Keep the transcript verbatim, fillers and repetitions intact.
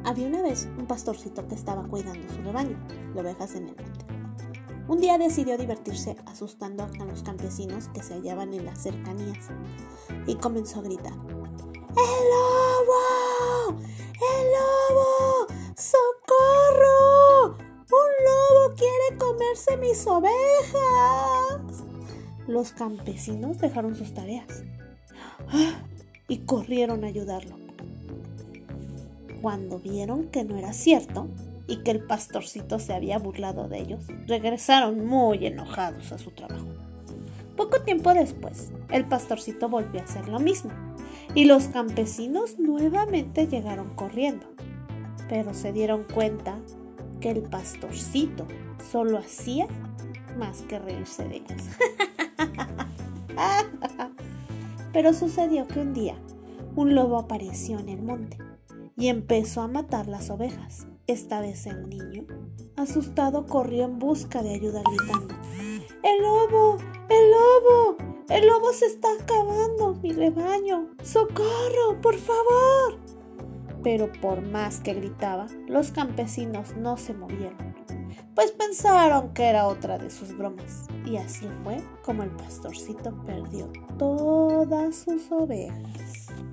Había una vez un pastorcito que estaba cuidando su rebaño de ovejas en el monte. Un día decidió divertirse asustando a los campesinos que se hallaban en las cercanías y comenzó a gritar: ¡El lobo! ¡El lobo! ¡Socorro! ¡Un lobo quiere comerse mis ovejas! Los campesinos dejaron sus tareas y corrieron a ayudarlo. Cuando vieron que no era cierto y que el pastorcito se había burlado de ellos, regresaron muy enojados a su trabajo. Poco tiempo después, el pastorcito volvió a hacer lo mismo y los campesinos nuevamente llegaron corriendo, pero se dieron cuenta que el pastorcito solo hacía más que reírse de ellos. Pero sucedió que un día un lobo apareció en el monte y empezó a matar las ovejas. Esta vez el niño, asustado, corrió en busca de ayuda gritando: ¡El lobo! ¡El lobo! ¡El lobo se está acabando mi rebaño! ¡Socorro, por favor! Pero por más que gritaba, los campesinos no se movieron, pues pensaron que era otra de sus bromas. Y así fue como el pastorcito perdió todas sus ovejas.